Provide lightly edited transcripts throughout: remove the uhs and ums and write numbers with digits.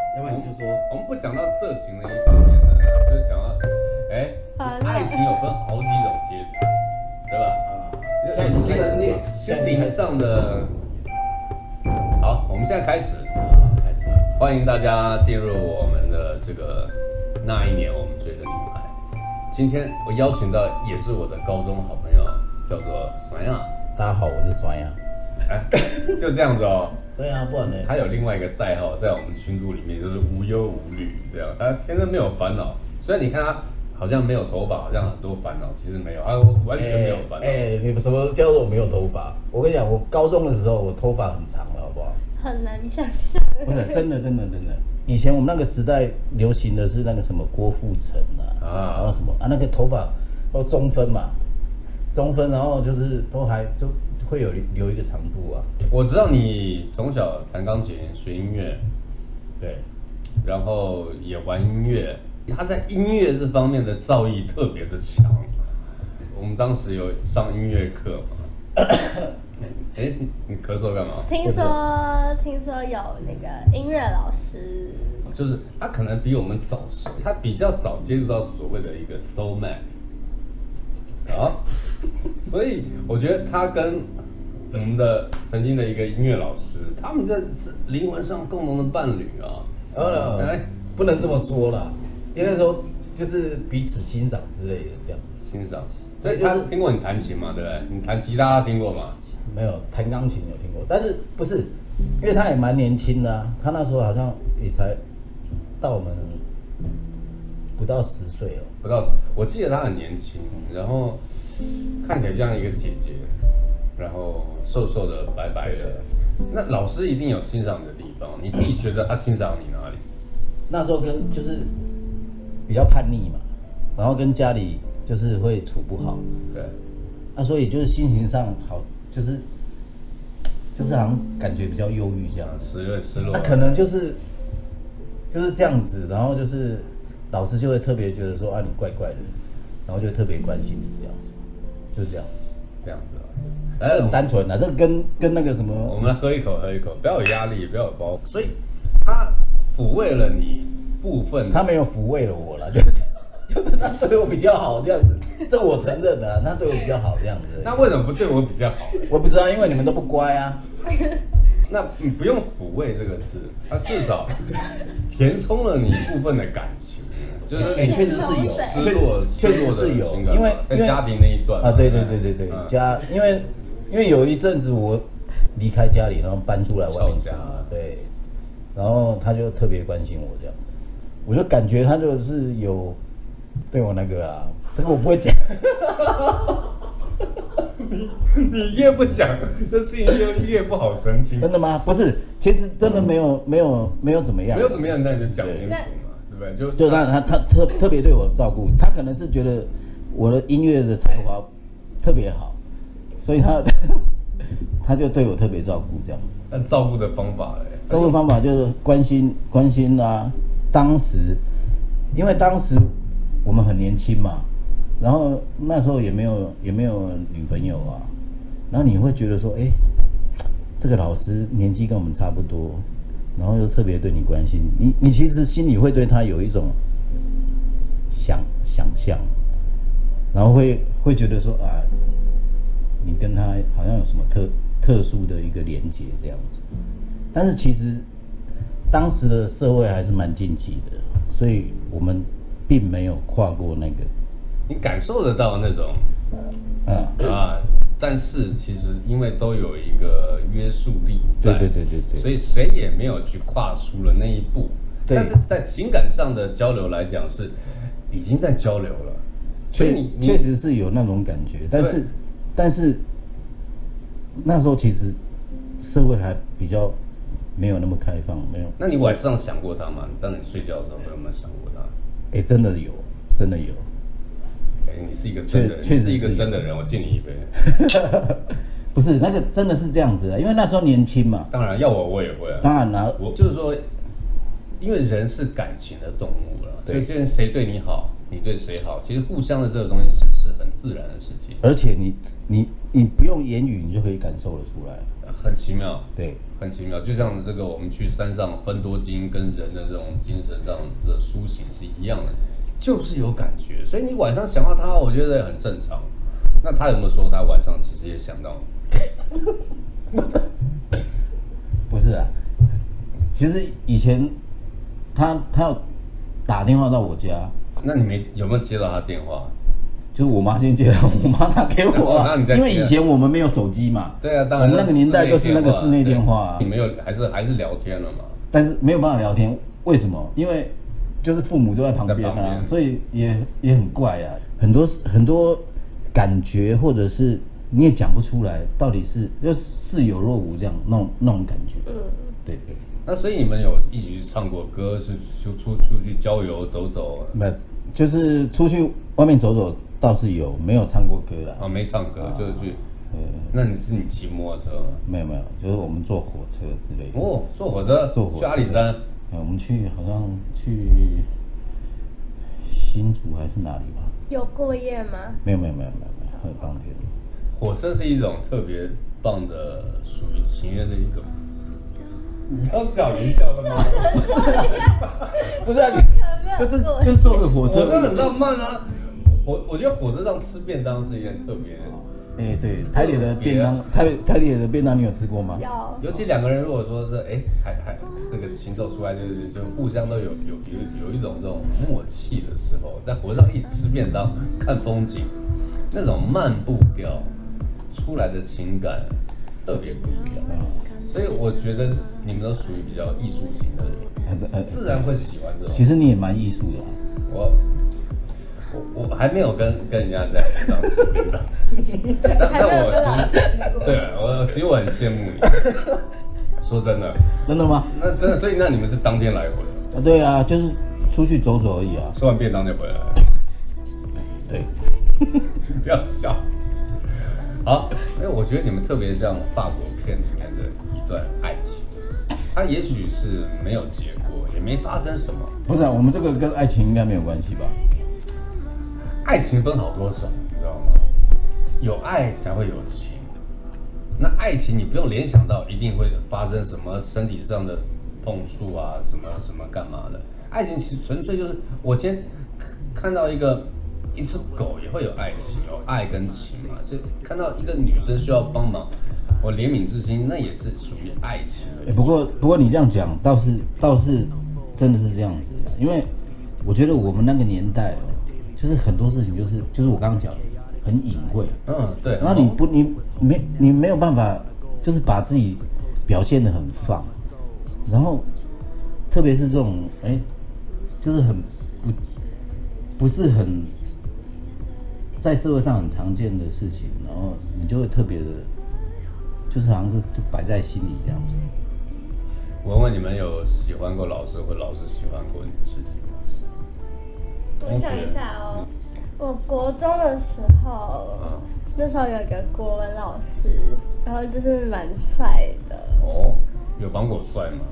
要不然你就说， 我们不讲到色情的一方面的，就是讲到，爱情有分好几种阶层，对吧？心灵上的。好，我们现在开始，欢迎大家进入我们的这个那一年我们追的女孩。今天我邀请到也是我的高中好朋友，叫做酸亚。 大家好，我是酸亚。 就这样子哦。 对啊，不然呢？ 他有另外一个代号，在我们群组里面就是无忧无虑，这样他天生没有烦恼。虽然你看他好像没有头发，好像很多烦恼，其实没有，他完全没有烦恼。 你什么叫做我没有头发？我跟你讲，我高中的时候我头发很长了，好不好？ 很难想象。 不是，真的。以前我们那个时代流行的是那个什么郭富城然后什么那个头发都中分嘛，中分，然后就是都还就会有留一个长度啊。 我知道你从小弹钢琴、学音乐， 对， 然后也玩音乐。他在音乐这方面的造诣特别的强。我们当时有上音乐课嘛？你咳嗽干嘛？ 听说有那个音乐老师， 就是他可能比我们早熟，他比较早接触到所谓的一个 soul mate 啊，所以我觉得他跟我们的曾经的一个音乐老师，他们这是灵魂上共同的伴侣啊。 不能这么说啦，应该说就是彼此欣赏之类的这样。 欣赏，所以他听过你弹琴嘛，对不对？你弹吉他听过吗？ 没有，弹钢琴有听过，但是不是，因为他也蛮年轻的啊，他那时候好像也才到我们不到10岁哦。 不到，我记得他很年轻，然后看起来像一个姐姐，然后瘦瘦的、白白的。那老师一定有欣赏你的地方，你自己觉得他欣赏你哪里？ 那时候就是比较叛逆嘛，然后跟家里就是会处不好，对，所以就是心情上好，就是好像感觉比较忧郁这样， 失落。 可能就是这样子，然后就是老师就会特别觉得说你怪怪的，然后就特别关心你这样子，就是这样子啊，很单纯啊，这跟那个什么， 我们来喝一口，不要有压力，不要有包袱。所以他抚慰了你部分， 他没有抚慰了我了，就是他对我比较好这样子，这我承认的他对我比较好这样子。 那为什么不对我比较好？ 我不知道，因为你们都不乖啊。 那你不用抚慰这个字，他至少填充了你部分的感情，就是确实是有失落是有， 因为在家庭那一段啊，对，因为有一阵子我离开家里，然后搬出来外面住嘛，对，然后他就特别关心我这样，我就感觉他就是有对我那个这个我不会讲。 你越不讲，这事情越不好澄清。 真的吗？不是，其实真的没有怎么样， 没有怎么样，那你就讲清楚嘛，对不对？ 就他特别对我照顾，他可能是觉得我的音乐的才华特别好，所以他就对我特别照顾这样。 但照顾的方法嘞？ 照顾方法就是关心啊。当时，因为当时我们很年轻嘛。然后那时候也没有女朋友啊，然后你会觉得说，这个老师年纪跟我们差不多，然后又特别对你关心，你其实心里会对他有一种想象，然后会觉得说你跟他好像有什么特殊的一个连结这样子，但是其实当时的社会还是蛮禁忌的，所以我们并没有跨过那个。 你感受得到那种，但是其实因为都有一个约束力在， 对， 所以谁也没有去跨出了那一步。但是在情感上的交流来讲，是已经在交流了。 确实是有那种感觉，但是那时候其实社会还比较没有那么开放，没有。 那你晚上想过他吗？当你睡觉的时候，有没有想过他？ 真的有。 你是一个真的，你是一个真的人，我敬你一杯。 不是那个真的是这样子的，因为那时候年轻嘛。 当然，要我也会啊。 当然啦， 我就是说，因为人是感情的动物了，所以这人谁对你好， 你对谁好，其实互相的这个东西是很自然的事情， 而且你不用言语，你就可以感受得出来， 很奇妙， 对， 很奇妙。就像这个我们去山上分多精，跟人的这种精神上的苏醒是一样的，就是有感觉。所以你晚上想到他，我觉得很正常。那他有没有说他晚上其实也想到你？ 不是啊，其实以前他要打电话到我家， 那你有没有接到他电话？ 就是我妈先接了，我妈打给我啊，因为以前我们没有手机嘛。 对啊，当然我们那个年代都是那个室内电话啊。 你没有，还是聊天了嘛？ 但是没有办法聊天，为什么？因为就是父母都在旁边啊，所以也很怪啊，很多感觉或者是你也讲不出来，到底是就似有若无这样那种感觉。对。 那所以你们有一起去唱过歌，就出去郊游走走？ 没，就是出去外面走走倒是有，没有唱过歌啦。 啊，没唱歌，就是去。那你骑摩托车吗？ 没有，就是我们坐火车之类的。 哦，坐火车去阿里山。 我们好像去新竹还是哪里吧？ 有过夜吗？ 没有，很当天。 火车是一种特别棒的，属于情人的一种。你要小林笑的吗？ 不是啊，就是坐个火车。 火车很浪漫啊！我觉得火车上吃便当是一件特别的。 对，台铁的便当，台铁的便当你有吃过吗？ 有。 尤其两个人如果说是还这个情窦初开，就互相都有一种这种默契的时候，在火车上一起吃便当、看风景，那种慢步调出来的情感特别不一样。所以我觉得你们都属于比较艺术型的人，自然会喜欢这种。 其实你也蛮艺术的啊。我还没有跟人家在这样吃便当，但我其实我很羡慕你。说真的。 真的吗？ 那真的，所以那你们是当天来回的？ 对啊，就是出去走走而已啊。 吃完便当就回来了。 对。 不要笑。好，因为我觉得你们特别像法国片里面的一段爱情，它也许是没有结果，也没发生什么。 不是啊，我们这个跟爱情应该没有关系吧？ 爱情分好多种，你知道吗？有爱才会有情。那爱情你不用联想到一定会发生什么身体上的碰触啊，什么干嘛的。爱情其实纯粹就是我今天看到一只狗也会有爱情，有爱跟情嘛。所以看到一个女生需要帮忙，我怜悯之心，那也是属于爱情的。 不过你这样讲倒是真的是这样子，因为我觉得我们那个年代就是很多事情就是我刚刚讲的很隐晦， 对。 然后你没有办法，就是把自己表现得很放，然后特别是这种就是很不是很在社会上很常见的事情，然后你就会特别的，就是好像就摆在心里这样子。 我问你们有喜欢过老师，或老师喜欢过你的事情吗？ 我想一下哦，我国中的时候，那时候有一个国文老师，然后就是蛮帅的。 哦，有绑过帅吗？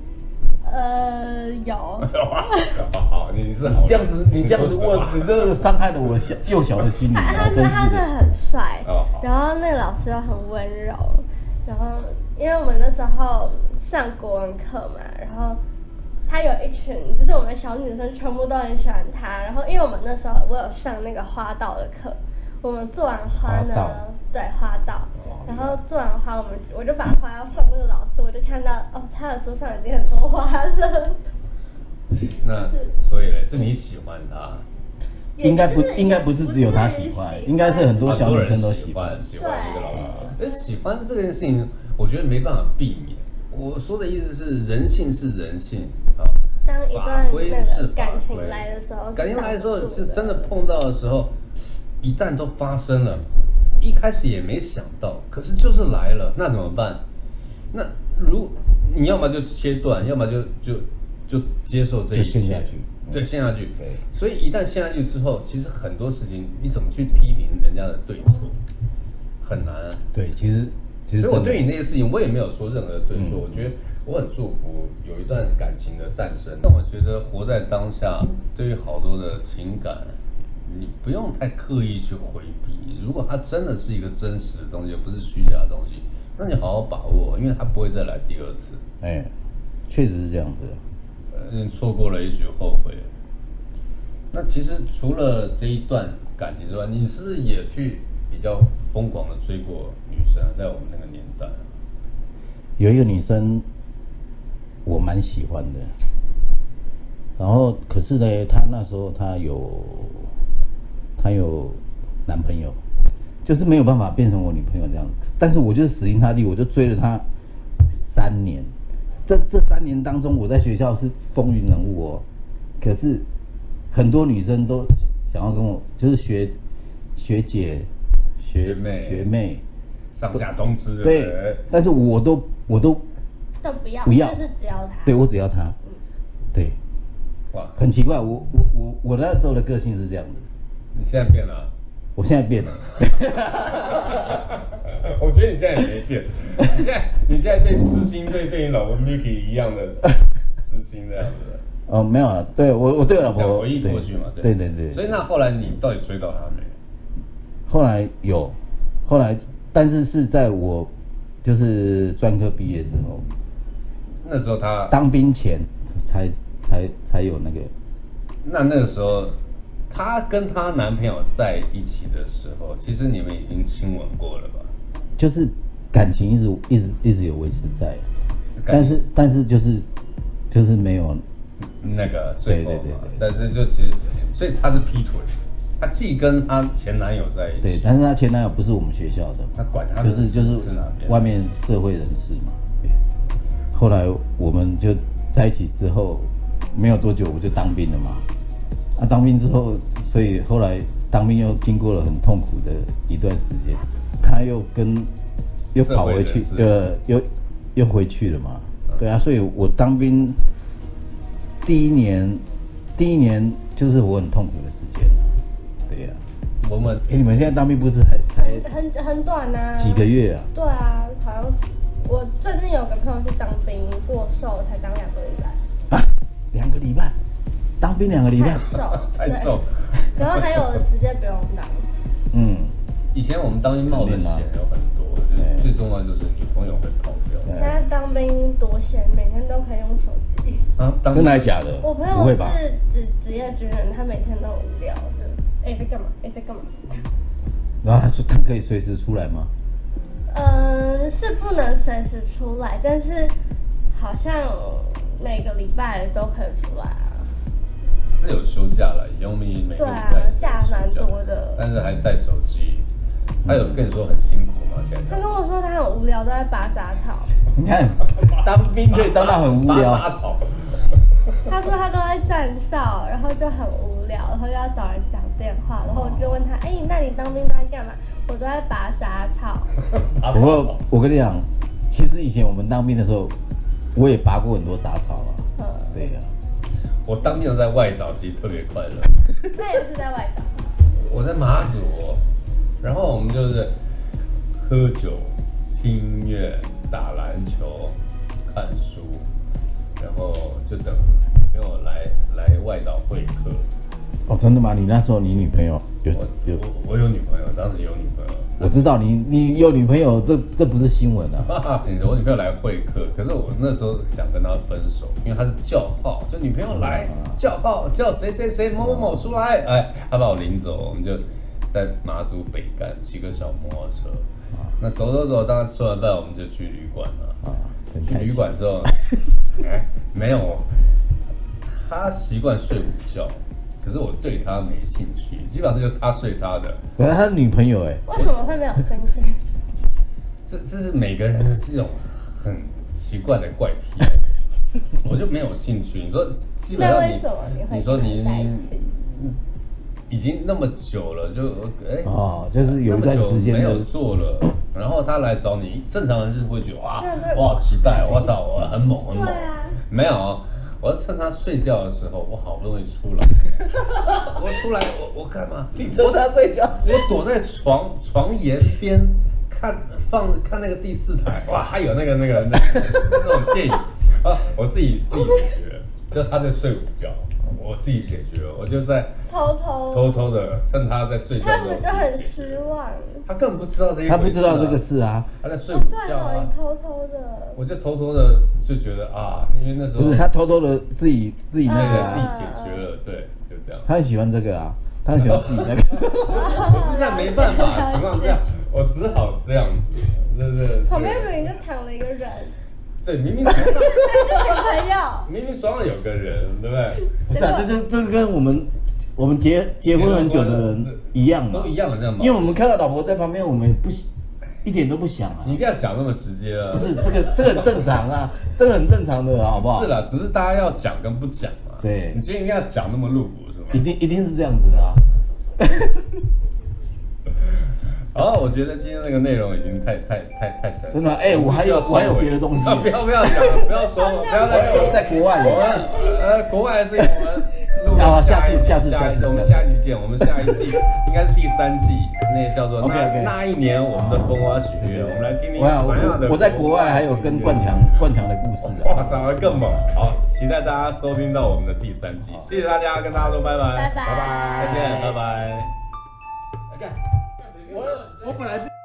有。 好，你这样子问，你真的伤害了我幼小的心灵。 他真的很帅，然后那个老师又很温柔，然后因为我们那时候上国文课嘛，然后他有一群，就是我们小女生全部都很喜欢他。然后因为我们那时候我有上那个花道的课，我们做完花呢，对，花道，然后做完花我就把花要送那个老师，我就看到他的桌上已经很多花了。 那所以呢，是你喜欢他？ 应该不是只有他喜欢，应该是很多小女生都喜欢一个老师。所以喜欢这件事情，我觉得没办法避免。我说的意思是，人性是人性啊。 当一段那个感情来的时候， 是真的碰到的时候，一旦都发生了，一开始也没想到，可是就是来了，那怎么办？那你要么就切断，要么就接受这一切， 就陷下去， 对，陷下去。所以一旦陷下去之后，其实很多事情你怎么去批评人家的对错，很难啊。 对，其实所以我对你那些事情，我也没有说任何的对错。我觉得我很祝福有一段感情的诞生。但我觉得活在当下，对于好多的情感，你不用太刻意去回避。如果它真的是一个真实的东西，而不是虚假的东西，那你好好把握，因为它不会再来第二次。 确实是这样子。 你错过了也许后悔。那其实除了这一段感情之外，你是不是也去比较疯狂的追过女生啊？在我们那个年代， 有一个女生我蛮喜欢的，然后可是呢，她那时候她有男朋友，就是没有办法变成我女朋友这样。但是我就是死心塌地，我就追了她3年。这3年当中，我在学校是风云人物哦。可是很多女生都想要跟我，就是学姐、学妹上下通知， 对。但是我都不要， 就是只要他。 对，我只要他。对，哇，很奇怪，我那时候的个性是这样的。 你现在变了？ 我现在变了。 我觉得你现在也没变。你现在对痴心对你老婆 Miki 一样的痴心这样子。 没有啊，对我对我老婆回忆过去嘛， 对。 所以那后来你到底追到她没？ 后来有，但是是在我就是专科毕业之后。 那时候她当兵前才有那个。 那个时候，她跟她男朋友在一起的时候，其实你们已经亲吻过了吧？ 就是感情一直有维持在，但是就是没有那个最后嘛。对。但是就其实，所以她是劈腿，她既跟她前男友在一起， 对，但是她前男友不是我们学校的， 她管她就是哪边外面社会人士嘛。后来我们就在一起之后，没有多久我就当兵了嘛。当兵之后，所以后来当兵又经过了很痛苦的一段时间，他又跑回去，又回去了嘛。对啊，所以我当兵第一年就是我很痛苦的时间啊。对啊，你们现在当兵不是才很短啊？ 几个月啊？ 对啊，好像是我最近有个朋友去当兵过瘦，才当2个礼拜。 2个礼拜？当兵2个礼拜？ 太瘦。 然后还有直接不用当。 以前我们当兵冒的险有很多，就是最重要就是女朋友会跑掉。 现在当兵多闲，每天都可以用手机。 真的还假的？ 我朋友是职业军人，他每天都很无聊，就在干嘛？在干嘛？ 然后他说他可以随时出来吗？ 是不能随时出来，但是好像每个礼拜都可以出来啊。 是有休假了，以前我们也每个礼拜假蛮多的， 但是还带手机。他有跟你说很辛苦吗？现在他跟我说他很无聊，都在拔杂草。 你看，当兵可以当到很无聊。 拔杂草。 他说他都在站哨，然后就很无聊，然后又要找人讲电话，然后我就问他，那你当兵都在干嘛？我都在拔杂草。 不过我跟你讲，其实以前我们当兵的时候，我也拔过很多杂草啊。对呀。 我当兵在外岛，其实特别快乐。 他也是在外岛。 我在马祖，然后我们就是喝酒、听音乐、打篮球、看书，然后就等朋友来外岛会客。 真的吗？你那时候你女朋友有？ 我有女朋友，当时有女朋友。 我知道你有女朋友，这不是新闻啊。 我女朋友来会客，可是我那时候想跟她分手，因为她是叫号，就女朋友来叫号，叫谁某某出来，她把我领走，我们就在马祖北干骑个小摩托车。那走，当然吃完饭我们就去旅馆了。去旅馆之后，没有，她习惯睡午觉。可是我对他没兴趣，基本上就是他睡他的。 可是他女朋友为什么会没有兴趣？ 这是每个人的这种很奇怪的怪癖，我就没有兴趣。你说基本上你说你已经那么久了，就就是有一段时间没有做了，然后他来找你，正常人是会觉得哇，我好期待，我操，我很猛。 对啊， 没有。我要趁他睡觉的时候，我好不容易出来。我出来，我干嘛？ 你趁他睡觉？ 我躲在床沿边看那个第4台，哇，还有那种电影啊，我自己解决，就他在睡午觉，我自己解决，我就在偷偷的趁他在睡觉的时候， 他不就很失望？ 他根本不知道这一回事， 他不知道这个事啊， 他在睡午觉啊， 你偷偷的， 我就偷偷的就觉得啊，因为那时候不是他偷偷的自己那个自己解决了，对，就这样。 他很喜欢这个啊，他很喜欢自己那个。 我现在没办法的情况下，我只好这样子，对。 旁边明明就躺了一个人。 对，明明床上朋友， 明明床上有个人，对不对？ 不是啊，这跟我们结婚很久的人一样嘛， 都一样的这样嘛。 因为我们看到老婆在旁边，我们一点都不想啊。 你一定要讲那么直接啊？ 不是这个很正常啊，这个很正常的，好不好？ 是啦，只是大家要讲跟不讲嘛。 对， 你今天一定要讲那么露骨是吗？ 一定是这样子的啊。 好，我觉得今天那个内容已经太深。 真的，我还有别的东西。 不要讲，不要说，不要再说。 在国外， 国外的事情我们录下一次，我们下一集见。我们下一季应该是第3季，那叫做那一年我们的风花雪月。我们来听听什么样的。 我在国外还有跟冠强的故事啊， 哇，长得更猛。好，期待大家收听到我们的第3季，谢谢大家，跟大家说拜拜， 拜拜， 再见，拜拜。 我本来是。